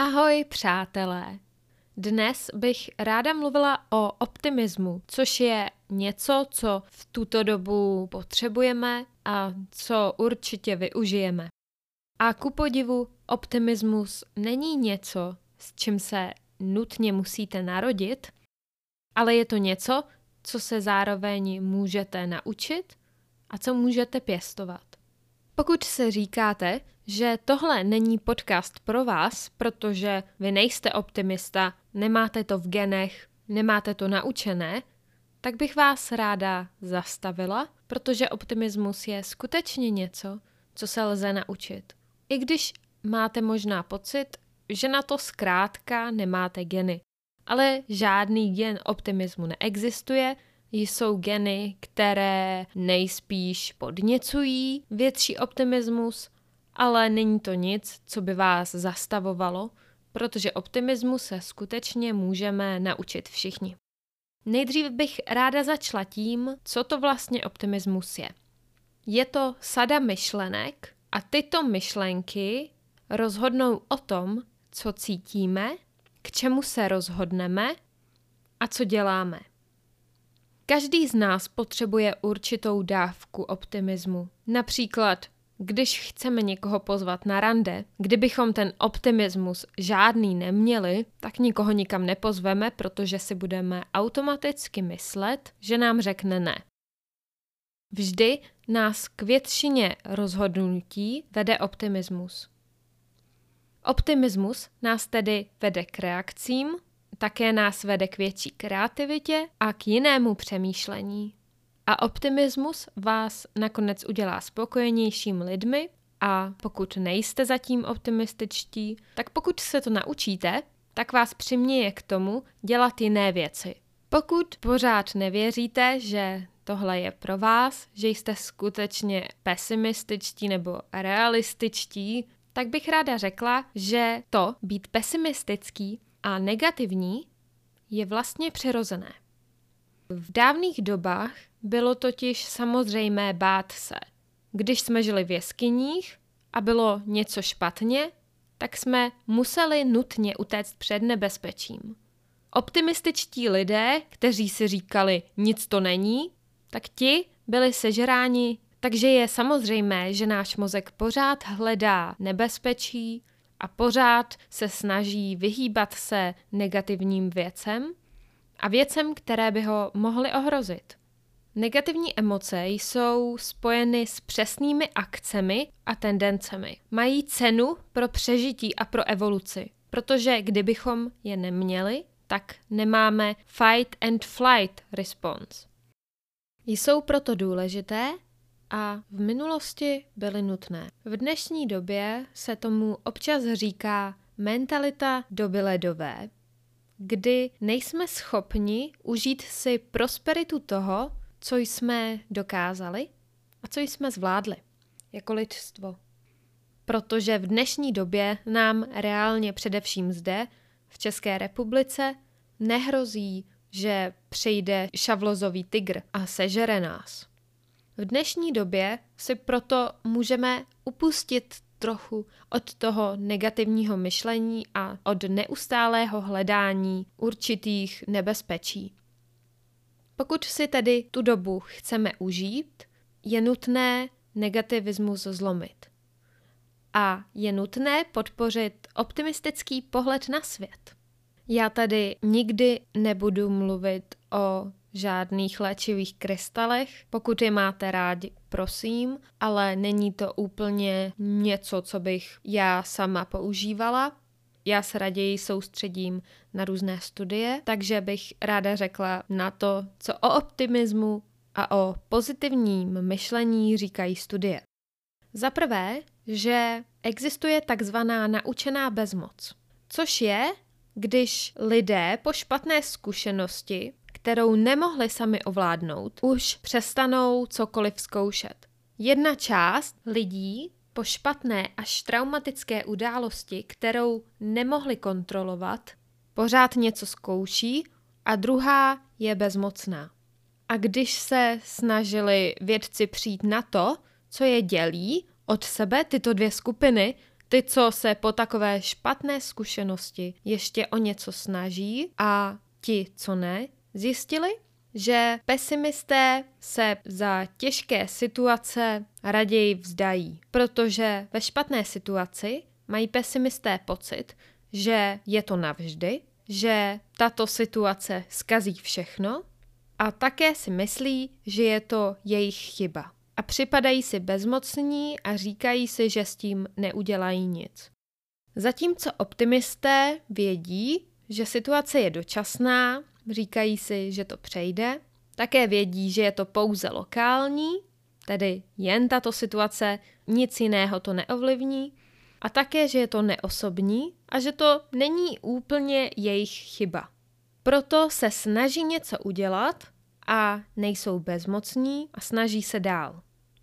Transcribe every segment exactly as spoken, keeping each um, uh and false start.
Ahoj přátelé! Dnes bych ráda mluvila o optimismu, což je něco, co v tuto dobu potřebujeme a co určitě využijeme. A ku podivu, optimismus není něco, s čím se nutně musíte narodit, ale je to něco, co se zároveň můžete naučit a co můžete pěstovat. Pokud se říkáte, že tohle není podcast pro vás, protože vy nejste optimista, nemáte to v genech, nemáte to naučené, tak bych vás ráda zastavila, protože optimismus je skutečně něco, co se lze naučit. I když máte možná pocit, že na to zkrátka nemáte geny. Ale žádný gen optimismu neexistuje, jsou geny, které nejspíš podněcují větší optimismus, ale není to nic, co by vás zastavovalo, protože optimismu se skutečně můžeme naučit všichni. Nejdřív bych ráda začala tím, co to vlastně optimismus je. Je to sada myšlenek a tyto myšlenky rozhodnou o tom, co cítíme, k čemu se rozhodneme a co děláme. Každý z nás potřebuje určitou dávku optimismu. Například, když chceme někoho pozvat na rande, kdybychom ten optimismus žádný neměli, tak nikoho nikam nepozveme, protože si budeme automaticky myslet, že nám řekne ne. Vždy nás k většině rozhodnutí vede optimismus. Optimismus nás tedy vede k reakcím, také nás vede k větší kreativitě a k jinému přemýšlení. A optimismus vás nakonec udělá spokojenějšími lidmi a pokud nejste zatím optimističtí, tak pokud se to naučíte, tak vás přiměje k tomu dělat jiné věci. Pokud pořád nevěříte, že tohle je pro vás, že jste skutečně pesimističtí nebo realističtí, tak bych ráda řekla, že to být pesimistický a negativní je vlastně přirozené. V dávných dobách bylo totiž samozřejmé bát se. Když jsme žili v jeskyních a bylo něco špatně, tak jsme museli nutně utéct před nebezpečím. Optimističtí lidé, kteří si říkali nic to není, tak ti byli sežráni, takže je samozřejmé, že náš mozek pořád hledá nebezpečí a pořád se snaží vyhýbat se negativním věcem a věcem, které by ho mohly ohrozit. Negativní emoce jsou spojeny s přesnými akcemi a tendencemi. Mají cenu pro přežití a pro evoluci, protože kdybychom je neměli, tak nemáme fight and flight response. Jsou proto důležité a v minulosti byly nutné. V dnešní době se tomu občas říká mentalita doby ledové, kdy nejsme schopni užít si prosperitu toho, co jsme dokázali a co jsme zvládli jako lidstvo. Protože v dnešní době nám reálně především zde, v České republice, nehrozí, že přijde šavlozový tygr a sežere nás. V dnešní době si proto můžeme upustit trochu od toho negativního myšlení a od neustálého hledání určitých nebezpečí. Pokud si tedy tu dobu chceme užít, je nutné negativismus zlomit. A je nutné podpořit optimistický pohled na svět. Já tady nikdy nebudu mluvit o žádných léčivých krystalech. Pokud je máte rádi, prosím, ale není to úplně něco, co bych já sama používala. Já se raději soustředím na různé studie, takže bych ráda řekla na to, co o optimismu a o pozitivním myšlení říkají studie. Za prvé, že existuje takzvaná naučená bezmoc, což je, když lidé po špatné zkušenosti, kterou nemohli sami ovládnout, už přestanou cokoliv zkoušet. Jedna část lidí po špatné až traumatické události, kterou nemohli kontrolovat, pořád něco zkouší a druhá je bezmocná. A když se snažili vědci přijít na to, co je dělí od sebe tyto dvě skupiny, Ty, co se po takové špatné zkušenosti ještě o něco snaží a ti, co ne, zjistili, že pesimisté se za těžké situace raději vzdají, protože ve špatné situaci mají pesimisté pocit, že je to navždy, že tato situace zkazí všechno a také si myslí, že je to jejich chyba. A připadají si bezmocní a říkají si, že s tím neudělají nic. Zatímco optimisté vědí, že situace je dočasná, říkají si, že to přejde, také vědí, že je to pouze lokální, tedy jen tato situace, nic jiného to neovlivní, a také, že je to neosobní a že to není úplně jejich chyba. Proto se snaží něco udělat a nejsou bezmocní a snaží se dál.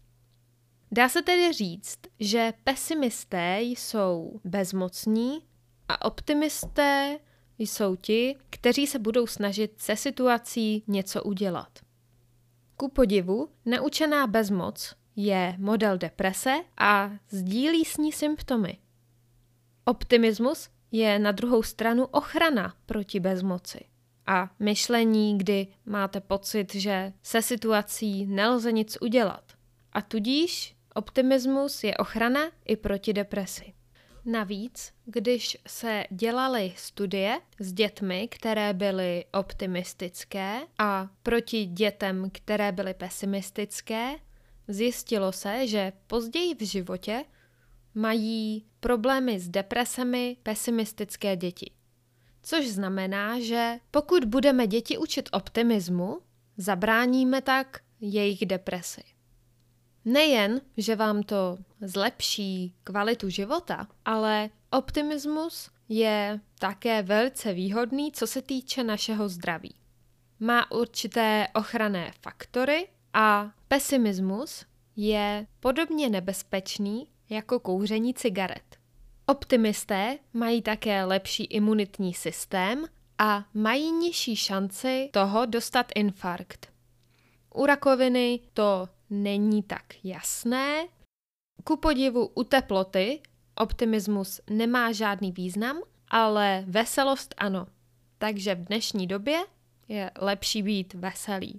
Dá se tedy říct, že pesimisté jsou bezmocní a optimisté jsou ti, kteří se budou snažit se situací něco udělat. Ku podivu, naučená bezmoc je model deprese a sdílí s ní symptomy. Optimismus je na druhou stranu ochrana proti bezmoci. A myšlení, kdy máte pocit, že se situací nelze nic udělat. A tudíž optimismus je ochrana i proti depresi. Navíc, když se dělaly studie s dětmi, které byly optimistické a proti dětem, které byly pesimistické, zjistilo se, že později v životě mají problémy s depresemi pesimistické děti. Což znamená, že pokud budeme děti učit optimismu, zabráníme tak jejich depresi. Nejen, že vám to zlepší kvalitu života, ale optimismus je také velice výhodný, co se týče našeho zdraví. Má určité ochranné faktory a pesimismus je podobně nebezpečný jako kouření cigaret. Optimisté mají také lepší imunitní systém a mají nižší šanci toho dostat infarkt. U rakoviny to není tak jasné. Ku podivu u teploty optimismus nemá žádný význam, ale veselost ano. Takže v dnešní době je lepší být veselý.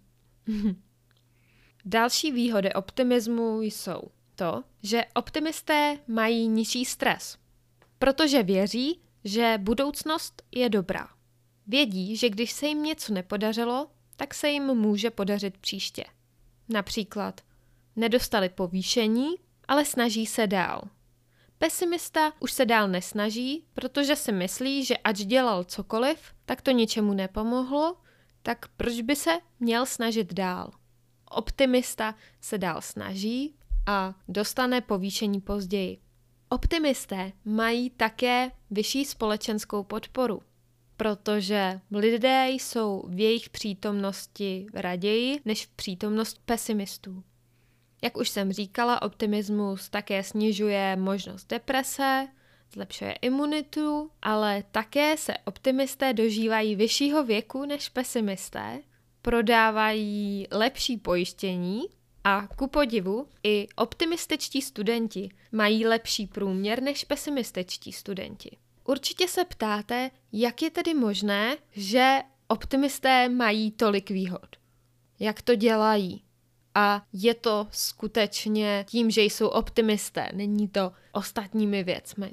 Další výhody optimismu jsou to, že optimisté mají nižší stres, protože věří, že budoucnost je dobrá. Vědí, že když se jim něco nepodařilo, tak se jim může podařit příště. Například nedostali povýšení, ale snaží se dál. Pesimista už se dál nesnaží, protože si myslí, že ač dělal cokoliv, tak to ničemu nepomohlo, tak proč by se měl snažit dál? Optimista se dál snaží a dostane povýšení později. Optimisté mají také vyšší společenskou podporu, protože lidé jsou v jejich přítomnosti raději než v přítomnost pesimistů. Jak už jsem říkala, optimismus také snižuje možnost deprese, zlepšuje imunitu, ale také se optimisté dožívají vyššího věku než pesimisté, prodávají lepší pojištění a ku podivu i optimističtí studenti mají lepší průměr než pesimističtí studenti. Určitě se ptáte, jak je tedy možné, že optimisté mají tolik výhod. Jak to dělají? A je to skutečně tím, že jsou optimisté, není to ostatními věcmi.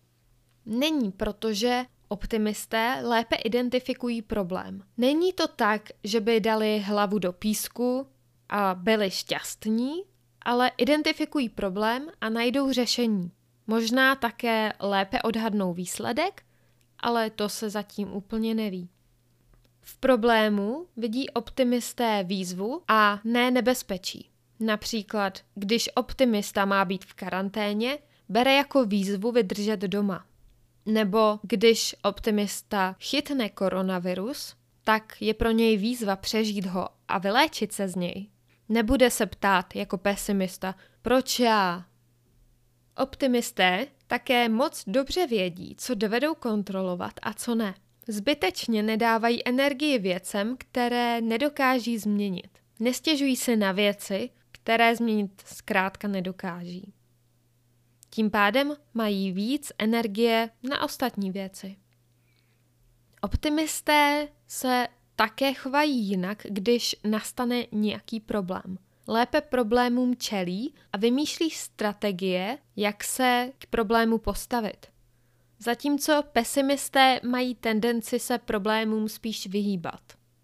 Není, protože optimisté lépe identifikují problém. Není to tak, že by dali hlavu do písku a byli šťastní, ale identifikují problém a najdou řešení. Možná také lépe odhadnou výsledek, ale to se zatím úplně neví. V problému vidí optimisté výzvu a ne nebezpečí. Například, když optimista má být v karanténě, bere jako výzvu vydržet doma. Nebo když optimista chytne koronavirus, tak je pro něj výzva přežít ho a vyléčit se z něj. Nebude se ptát jako pesimista, proč já? Optimisté také moc dobře vědí, co dovedou kontrolovat a co ne. Zbytečně nedávají energii věcem, které nedokáží změnit. Nestěžují se na věci, které změnit zkrátka nedokáží. Tím pádem mají víc energie na ostatní věci. Optimisté se také chovají jinak, když nastane nějaký problém. Lépe problémům čelí a vymýšlí strategie, jak se k problému postavit. Zatímco pesimisté mají tendenci se problémům spíš vyhýbat.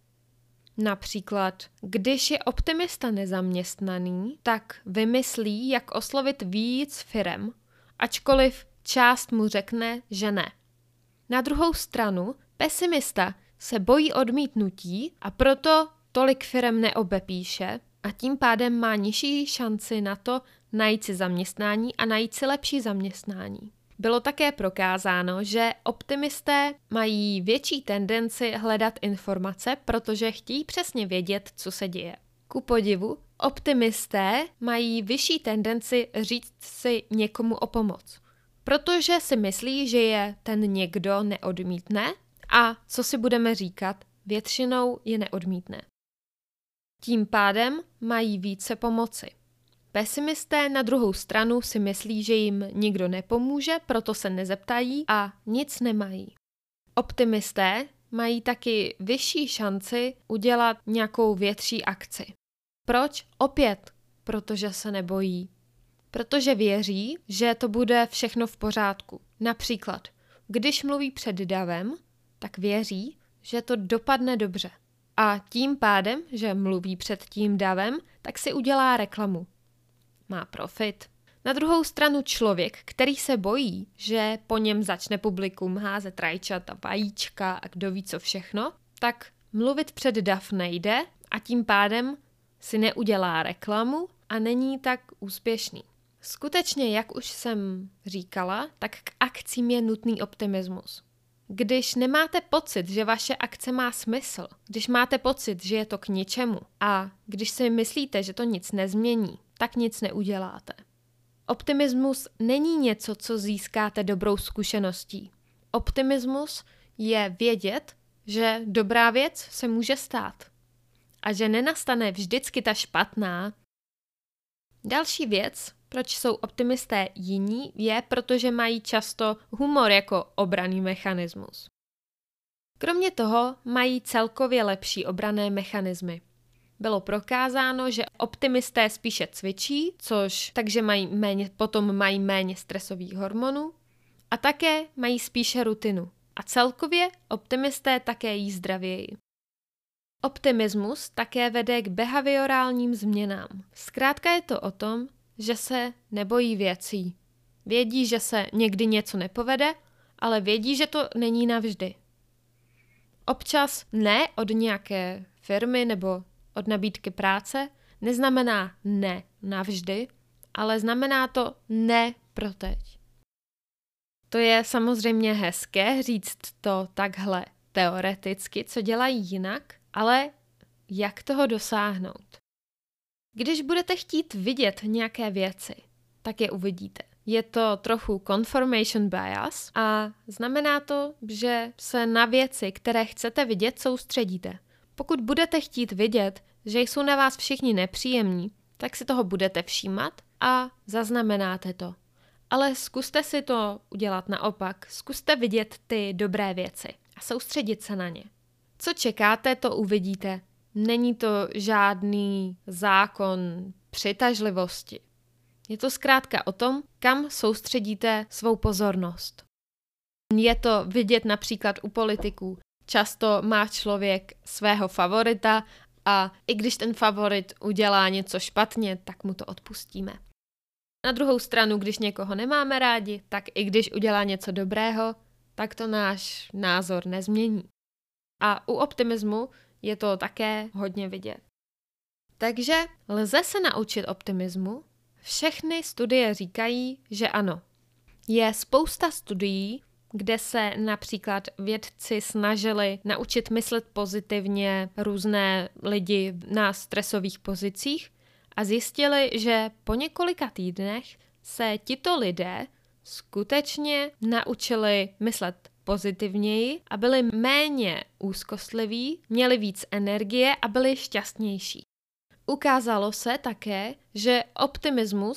Například, když je optimista nezaměstnaný, tak vymyslí, jak oslovit víc firem, ačkoliv část mu řekne, že ne. Na druhou stranu, pesimista se bojí odmítnutí a proto tolik firem neobepíše a tím pádem má nižší šanci na to najít si zaměstnání a najít si lepší zaměstnání. Bylo také prokázáno, že optimisté mají větší tendenci hledat informace, protože chtějí přesně vědět, co se děje. Ku podivu, optimisté mají vyšší tendenci říct si někomu o pomoc, protože si myslí, že je ten někdo neodmítne a co si budeme říkat, většinou je neodmítne. Tím pádem mají více pomoci. Pesimisté na druhou stranu si myslí, že jim nikdo nepomůže, proto se nezeptají a nic nemají. Optimisté mají taky vyšší šanci udělat nějakou větší akci. Proč? Opět, protože se nebojí. Protože věří, že to bude všechno v pořádku. Například, když mluví před davem, tak věří, že to dopadne dobře. A tím pádem, že mluví před tím davem, tak si udělá reklamu. Má profit. Na druhou stranu člověk, který se bojí, že po něm začne publikum házet rajčata, vajíčka a kdo ví co všechno, tak mluvit před dav nejde a tím pádem si neudělá reklamu a není tak úspěšný. Skutečně, jak už jsem říkala, tak k akcím je nutný optimismus. Když nemáte pocit, že vaše akce má smysl, když máte pocit, že je to k ničemu a když si myslíte, že to nic nezmění, tak nic neuděláte. Optimismus není něco, co získáte dobrou zkušeností. Optimismus je vědět, že dobrá věc se může stát a že nenastane vždycky ta špatná. Další věc, proč jsou optimisté jiní, je, protože mají často humor jako obranný mechanismus. Kromě toho mají celkově lepší obranné mechanismy. Bylo prokázáno, že optimisté spíše cvičí, což takže mají méně, potom mají méně stresových hormonů a také mají spíše rutinu. A celkově optimisté také jí zdravěji. Optimismus také vede k behaviorálním změnám. Zkrátka je to o tom, že se nebojí věcí. Vědí, že se někdy něco nepovede, ale vědí, že to není navždy. Občas ne od nějaké firmy nebo od nabídky práce neznamená ne navždy, ale znamená to ne pro teď. To je samozřejmě hezké říct to takhle teoreticky, co dělají jinak, ale jak toho dosáhnout? Když budete chtít vidět nějaké věci, tak je uvidíte. Je to trochu confirmation bias a znamená to, že se na věci, které chcete vidět, soustředíte. Pokud budete chtít vidět, že jsou na vás všichni nepříjemní, tak si toho budete všímat a zaznamenáte to. Ale zkuste si to udělat naopak. Zkuste vidět ty dobré věci a soustředit se na ně. Co čekáte, to uvidíte. Není to žádný zákon přitažlivosti. Je to zkrátka o tom, kam soustředíte svou pozornost. Je to vidět například u politiků. Často má člověk svého favorita a i když ten favorit udělá něco špatně, tak mu to odpustíme. Na druhou stranu, když někoho nemáme rádi, tak i když udělá něco dobrého, tak to náš názor nezmění. A u optimismu je to také hodně vidět. Takže lze se naučit optimismu? Všechny studie říkají, že ano. Je spousta studií, kde se například vědci snažili naučit myslet pozitivně různé lidi na stresových pozicích a zjistili, že po několika týdnech se tito lidé skutečně naučili myslet pozitivněji a byli méně úzkostliví, měli víc energie a byli šťastnější. Ukázalo se také, že optimismus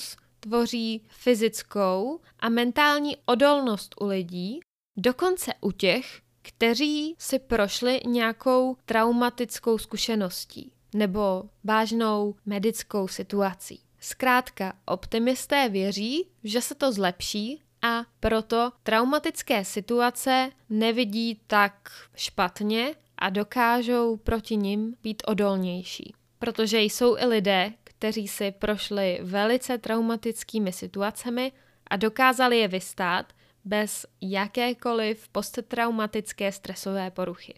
tvoří fyzickou a mentální odolnost u lidí, dokonce u těch, kteří si prošli nějakou traumatickou zkušeností nebo vážnou medickou situací. Zkrátka, optimisté věří, že se to zlepší a proto traumatické situace nevidí tak špatně a dokážou proti nim být odolnější. Protože jsou i lidé, kteří si prošli velice traumatickými situacemi a dokázali je vystát bez jakékoliv posttraumatické stresové poruchy.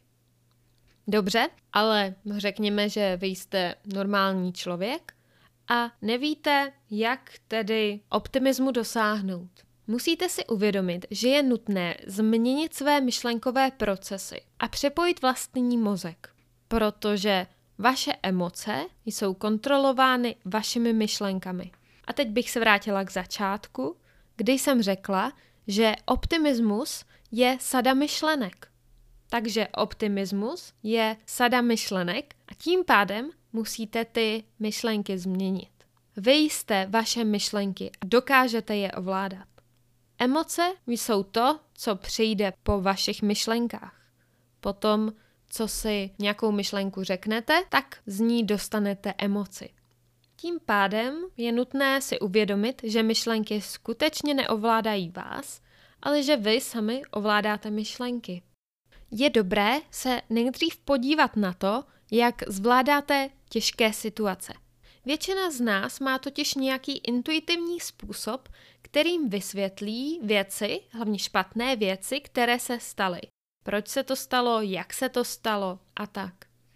Dobře, ale řekněme, že vy jste normální člověk a nevíte, jak tedy optimismu dosáhnout. Musíte si uvědomit, že je nutné změnit své myšlenkové procesy a přepojit vlastní mozek, protože vaše emoce jsou kontrolovány vašimi myšlenkami. A teď bych se vrátila k začátku, kdy jsem řekla, že optimismus je sada myšlenek. Takže optimismus je sada myšlenek a tím pádem musíte ty myšlenky změnit. Vy jste vaše myšlenky a dokážete je ovládat. Emoce jsou to, co přijde po vašich myšlenkách. Potom, co si nějakou myšlenku řeknete, tak z ní dostanete emoci. Tím pádem je nutné si uvědomit, že myšlenky skutečně neovládají vás, ale že vy sami ovládáte myšlenky. Je dobré se nejdřív podívat na to, jak zvládáte těžké situace. Většina z nás má totiž nějaký intuitivní způsob, kterým vysvětlí věci, hlavně špatné věci, které se staly. Proč se to stalo, jak se to stalo a tak.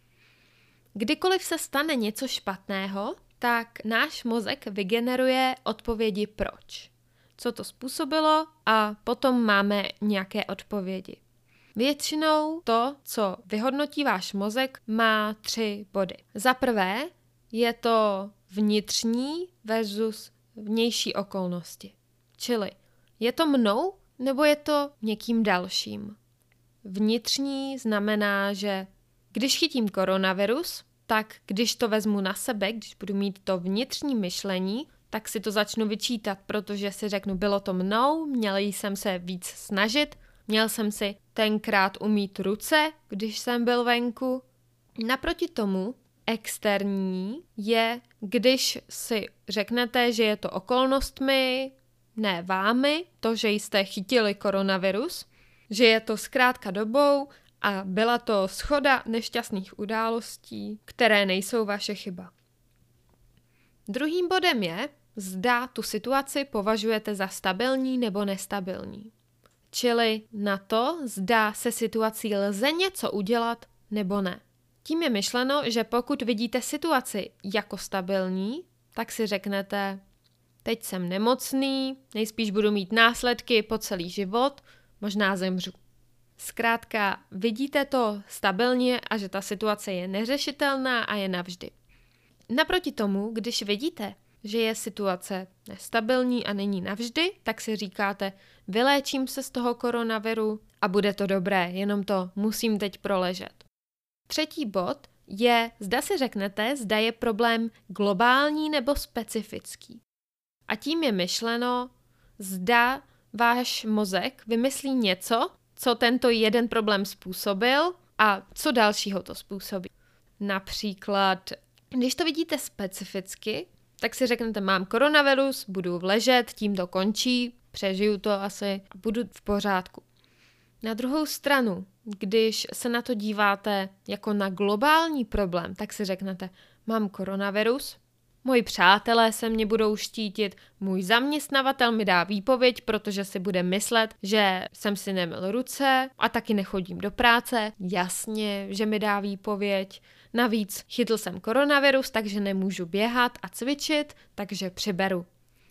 Kdykoliv se stane něco špatného, tak náš mozek vygeneruje odpovědi proč. Co to způsobilo a potom máme nějaké odpovědi. Většinou to, co vyhodnotí váš mozek, má tři body. Za prvé je to vnitřní versus vnější okolnosti. Čili je to mnou nebo je to někým dalším. Vnitřní znamená, že když chytím koronavirus, tak když to vezmu na sebe, když budu mít to vnitřní myšlení, tak si to začnu vyčítat, protože si řeknu, bylo to mnou, měl jsem se víc snažit, měl jsem si tenkrát umýt ruce, když jsem byl venku. Naproti tomu externí je, když si řeknete, že je to okolnostmi, ne vámi, to, že jste chytili koronavirus, že je to zkrátka dobou a byla to shoda nešťastných událostí, které nejsou vaše chyba. Druhým bodem je, zda tu situaci považujete za stabilní nebo nestabilní. Čili na to, zda se situací lze něco udělat nebo ne. Tím je myšleno, že pokud vidíte situaci jako stabilní, tak si řeknete, teď jsem nemocný, nejspíš budu mít následky po celý život, možná zemřu. Zkrátka, vidíte to stabilně a že ta situace je neřešitelná a je navždy. Naproti tomu, když vidíte, že je situace nestabilní a není navždy, tak si říkáte, vyléčím se z toho koronaviru a bude to dobré, jenom to musím teď proležet. Třetí bod je, zda si řeknete, zda je problém globální nebo specifický. A tím je myšleno, zda váš mozek vymyslí něco, co tento jeden problém způsobil a co dalšího to způsobí. Například, když to vidíte specificky, tak si řeknete, mám koronavirus, budu ležet, tím to končí, přežiju to asi a budu v pořádku. Na druhou stranu, když se na to díváte jako na globální problém, tak si řeknete, mám koronavirus, moji přátelé se mě budou štítit, můj zaměstnavatel mi dá výpověď, protože si bude myslet, že jsem si nemyl ruce a taky nechodím do práce, jasně, že mi dá výpověď. Navíc chytl jsem koronavirus, takže nemůžu běhat a cvičit, takže přiberu.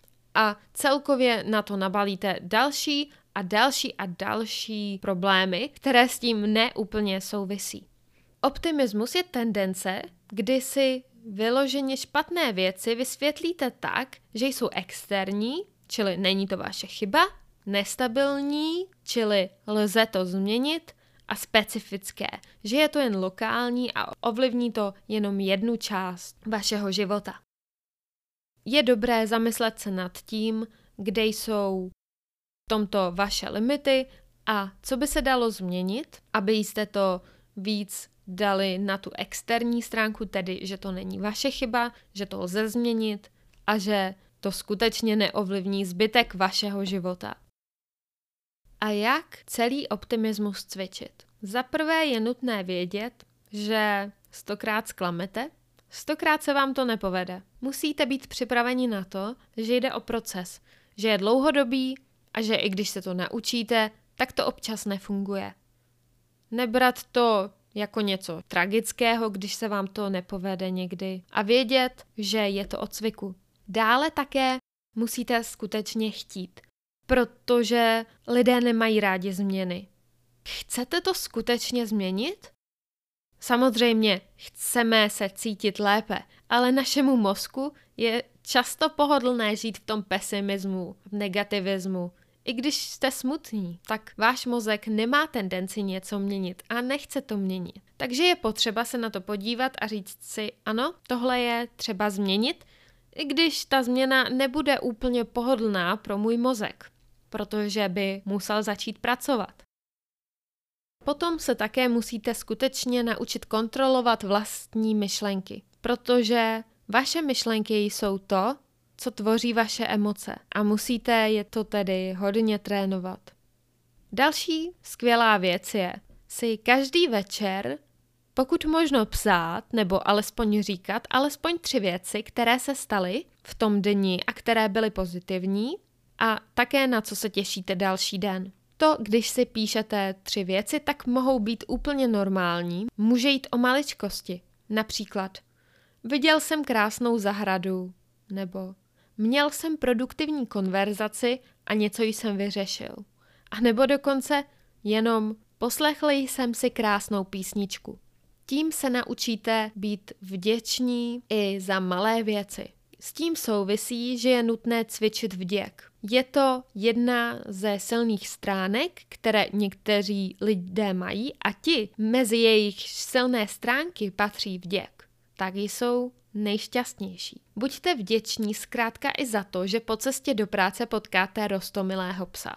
A celkově na to nabalíte další a další a další problémy, které s tím neúplně souvisí. Optimismus je tendence, kdy si vyloženě špatné věci vysvětlíte tak, že jsou externí, čili není to vaše chyba, nestabilní, čili lze to změnit, a specifické, že je to jen lokální a ovlivní to jenom jednu část vašeho života. Je dobré zamyslet se nad tím, kde jsou v tomto vaše limity a co by se dalo změnit, aby jste to víc dali na tu externí stránku, tedy že to není vaše chyba, že to lze změnit a že to skutečně neovlivní zbytek vašeho života. A jak celý optimismus cvičit? Za prvé je nutné vědět, že stokrát zklamete, stokrát se vám to nepovede. Musíte být připraveni na to, že jde o proces, že je dlouhodobý a že i když se to naučíte, tak to občas nefunguje. Nebrat to jako něco tragického, když se vám to nepovede někdy a vědět, že je to od cviku. Dále také musíte skutečně chtít, protože lidé nemají rádi změny. Chcete to skutečně změnit? Samozřejmě chceme se cítit lépe, ale našemu mozku je často pohodlné žít v tom pesimismu, v negativismu. I když jste smutní, tak váš mozek nemá tendenci něco měnit a nechce to měnit. Takže je potřeba se na to podívat a říct si, ano, tohle je třeba změnit, i když ta změna nebude úplně pohodlná pro můj mozek, protože by musel začít pracovat. Potom se také musíte skutečně naučit kontrolovat vlastní myšlenky, protože vaše myšlenky jsou to, co tvoří vaše emoce a musíte je to tedy hodně trénovat. Další skvělá věc je si každý večer, pokud možno psát nebo alespoň říkat alespoň tři věci, které se staly v tom dni a které byly pozitivní a také na co se těšíte další den. To, když si píšete tři věci, tak mohou být úplně normální. Může jít o maličkosti. Například viděl jsem krásnou zahradu, nebo měl jsem produktivní konverzaci a něco jsem vyřešil. A nebo dokonce jenom poslechl jsem si krásnou písničku. Tím se naučíte být vděční i za malé věci. S tím souvisí, že je nutné cvičit vděk. Je to jedna ze silných stránek, které někteří lidé mají a ti, mezi jejich silné stránky patří vděk, tak jsou nejšťastnější. Buďte vděční zkrátka i za to, že po cestě do práce potkáte roztomilého psa.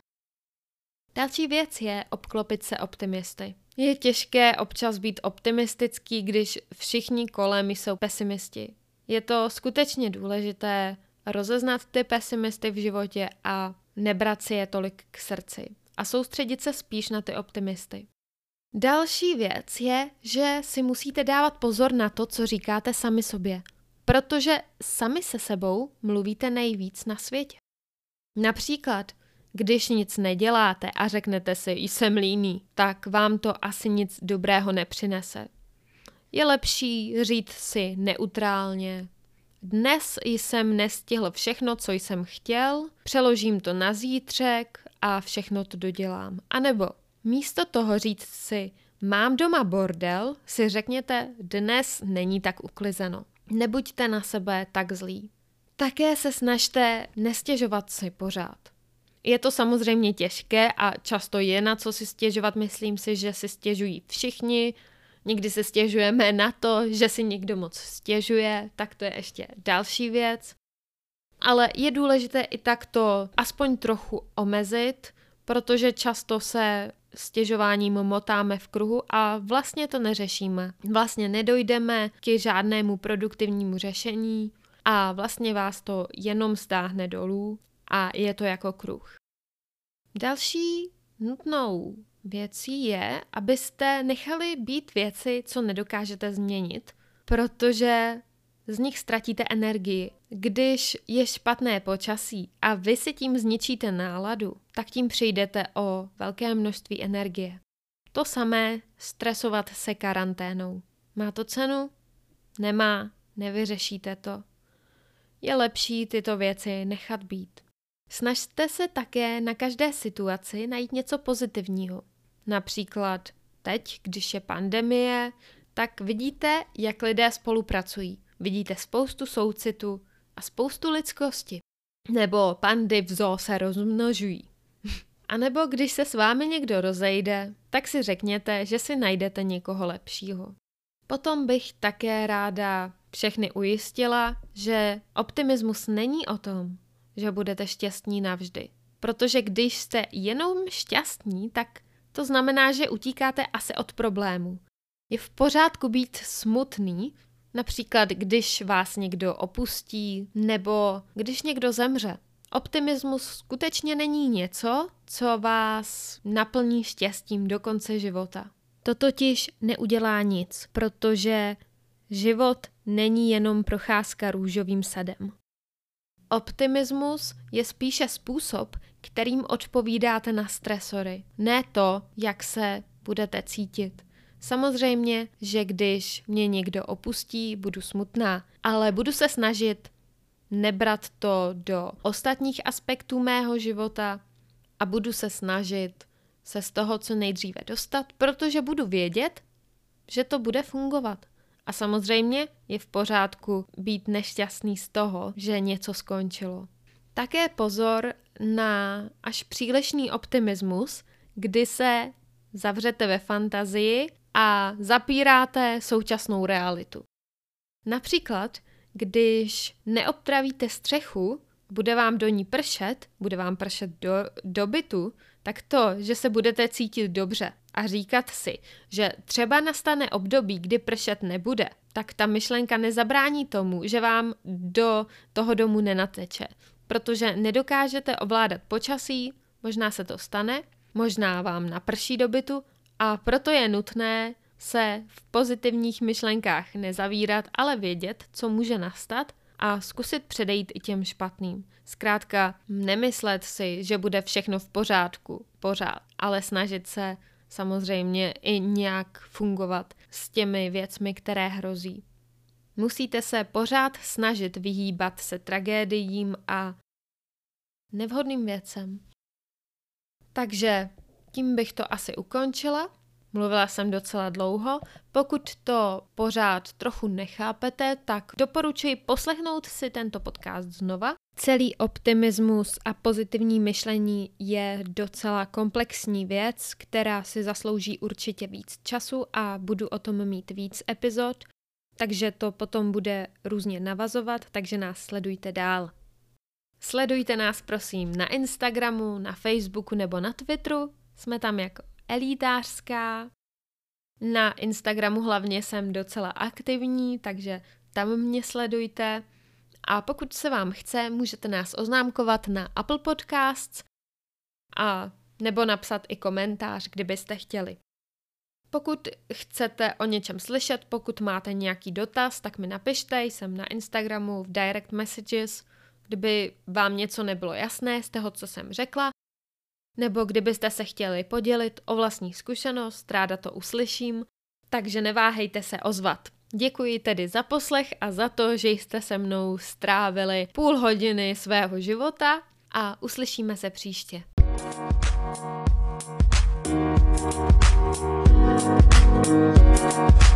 Další věc je obklopit se optimisty. Je těžké občas být optimistický, když všichni kolem jsou pesimisti. Je to skutečně důležité rozeznat ty pesimisty v životě a nebrat si je tolik k srdci a soustředit se spíš na ty optimisty. Další věc je, že si musíte dávat pozor na to, co říkáte sami sobě, protože sami se sebou mluvíte nejvíc na světě. Například, když nic neděláte a řeknete si, jsem líný, tak vám to asi nic dobrého nepřinese. Je lepší říct si neutrálně, dnes jsem nestihl všechno, co jsem chtěl, přeložím to na zítřek a všechno to dodělám. A nebo místo toho říct si, mám doma bordel, si řekněte, dnes není tak uklizeno. Nebuďte na sebe tak zlí. Také se snažte nestěžovat si pořád. Je to samozřejmě těžké a často je na co si stěžovat, myslím si, že si stěžují všichni. Někdy se stěžujeme na to, že si někdo moc stěžuje, tak to je ještě další věc. Ale je důležité i tak to aspoň trochu omezit, protože často se stěžováním motáme v kruhu a vlastně to neřešíme. Vlastně nedojdeme k žádnému produktivnímu řešení a vlastně vás to jenom stáhne dolů a je to jako kruh. Další nutnou věcí je, abyste nechali být věci, co nedokážete změnit, protože z nich ztratíte energii. Když je špatné počasí a vy si tím zničíte náladu, tak tím přijdete o velké množství energie. To samé stresovat se karanténou. Má to cenu? Nemá, nevyřešíte to. Je lepší tyto věci nechat být. Snažte se také na každé situaci najít něco pozitivního. Například teď, když je pandemie, tak vidíte, jak lidé spolupracují. Vidíte spoustu soucitu a spoustu lidskosti. Nebo pandy v zoo se rozmnožují. A nebo když se s vámi někdo rozejde, tak si řekněte, že si najdete někoho lepšího. Potom bych také ráda všechny ujistila, že optimismus není o tom, že budete šťastní navždy. Protože když jste jenom šťastní, tak to znamená, že utíkáte asi od problémů. Je v pořádku být smutný, například když vás někdo opustí nebo když někdo zemře. Optimismus skutečně není něco, co vás naplní štěstím do konce života. To totiž neudělá nic, protože život není jenom procházka růžovým sadem. Optimismus je spíše způsob, kterým odpovídáte na stresory, ne to, jak se budete cítit. Samozřejmě, že když mě někdo opustí, budu smutná, ale budu se snažit nebrat to do ostatních aspektů mého života a budu se snažit se z toho co nejdříve dostat, protože budu vědět, že to bude fungovat. A samozřejmě je v pořádku být nešťastný z toho, že něco skončilo. Také pozor na až přílišný optimismus, kdy se zavřete ve fantazii a zapíráte současnou realitu. Například, když neobtravíte střechu, bude vám do ní pršet, bude vám pršet do, do bytu, tak to, že se budete cítit dobře a říkat si, že třeba nastane období, kdy pršet nebude, tak ta myšlenka nezabrání tomu, že vám do toho domu nenateče, protože nedokážete ovládat počasí, možná se to stane, možná vám naprší do bytu a proto je nutné se v pozitivních myšlenkách nezavírat, ale vědět, co může nastat a zkusit předejít i těm špatným. Zkrátka nemyslet si, že bude všechno v pořádku, pořád, ale snažit se samozřejmě i nějak fungovat s těmi věcmi, které hrozí. Musíte se pořád snažit vyhýbat se tragédiím a nevhodným věcem. Takže tím bych to asi ukončila. Mluvila jsem docela dlouho. Pokud to pořád trochu nechápete, tak doporučuji poslechnout si tento podcast znova. Celý optimismus a pozitivní myšlení je docela komplexní věc, která si zaslouží určitě víc času a budu o tom mít víc epizod, takže to potom bude různě navazovat, takže nás sledujte dál. Sledujte nás prosím na Instagramu, na Facebooku nebo na Twitteru, jsme tam jako Elitářská. Na Instagramu hlavně jsem docela aktivní, takže tam mě sledujte. A pokud se vám chce, můžete nás oznámkovat na Apple Podcasts a nebo napsat i komentář, kdybyste chtěli. Pokud chcete o něčem slyšet, pokud máte nějaký dotaz, tak mi napište, jsem na Instagramu v direct messages, kdyby vám něco nebylo jasné z toho, co jsem řekla, nebo kdybyste se chtěli podělit o vlastní zkušenost, ráda to uslyším, takže neváhejte se ozvat. Děkuji tedy za poslech a za to, že jste se mnou strávili půl hodiny svého života a uslyšíme se příště. Thank you.